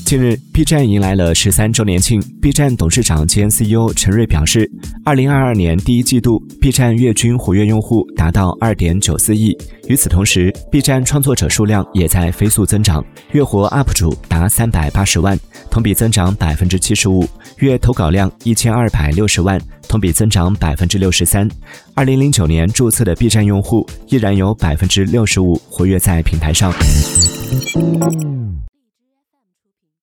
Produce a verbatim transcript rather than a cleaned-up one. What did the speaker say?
近日 ，B 站迎来了十三周年庆。B 站董事长兼 C E O 陈瑞表示，二零二二年第一季度 ，B 站月均活跃用户达到 二点九四亿。与此同时 ，B 站创作者数量也在飞速增长，月活 U P 主达三百八十万，同比增长百分之七十五；月投稿量一千二百六十万，同比增长百分之六十三。二零零九年注册的 B 站用户依然有百分之六十五活跃在平台上。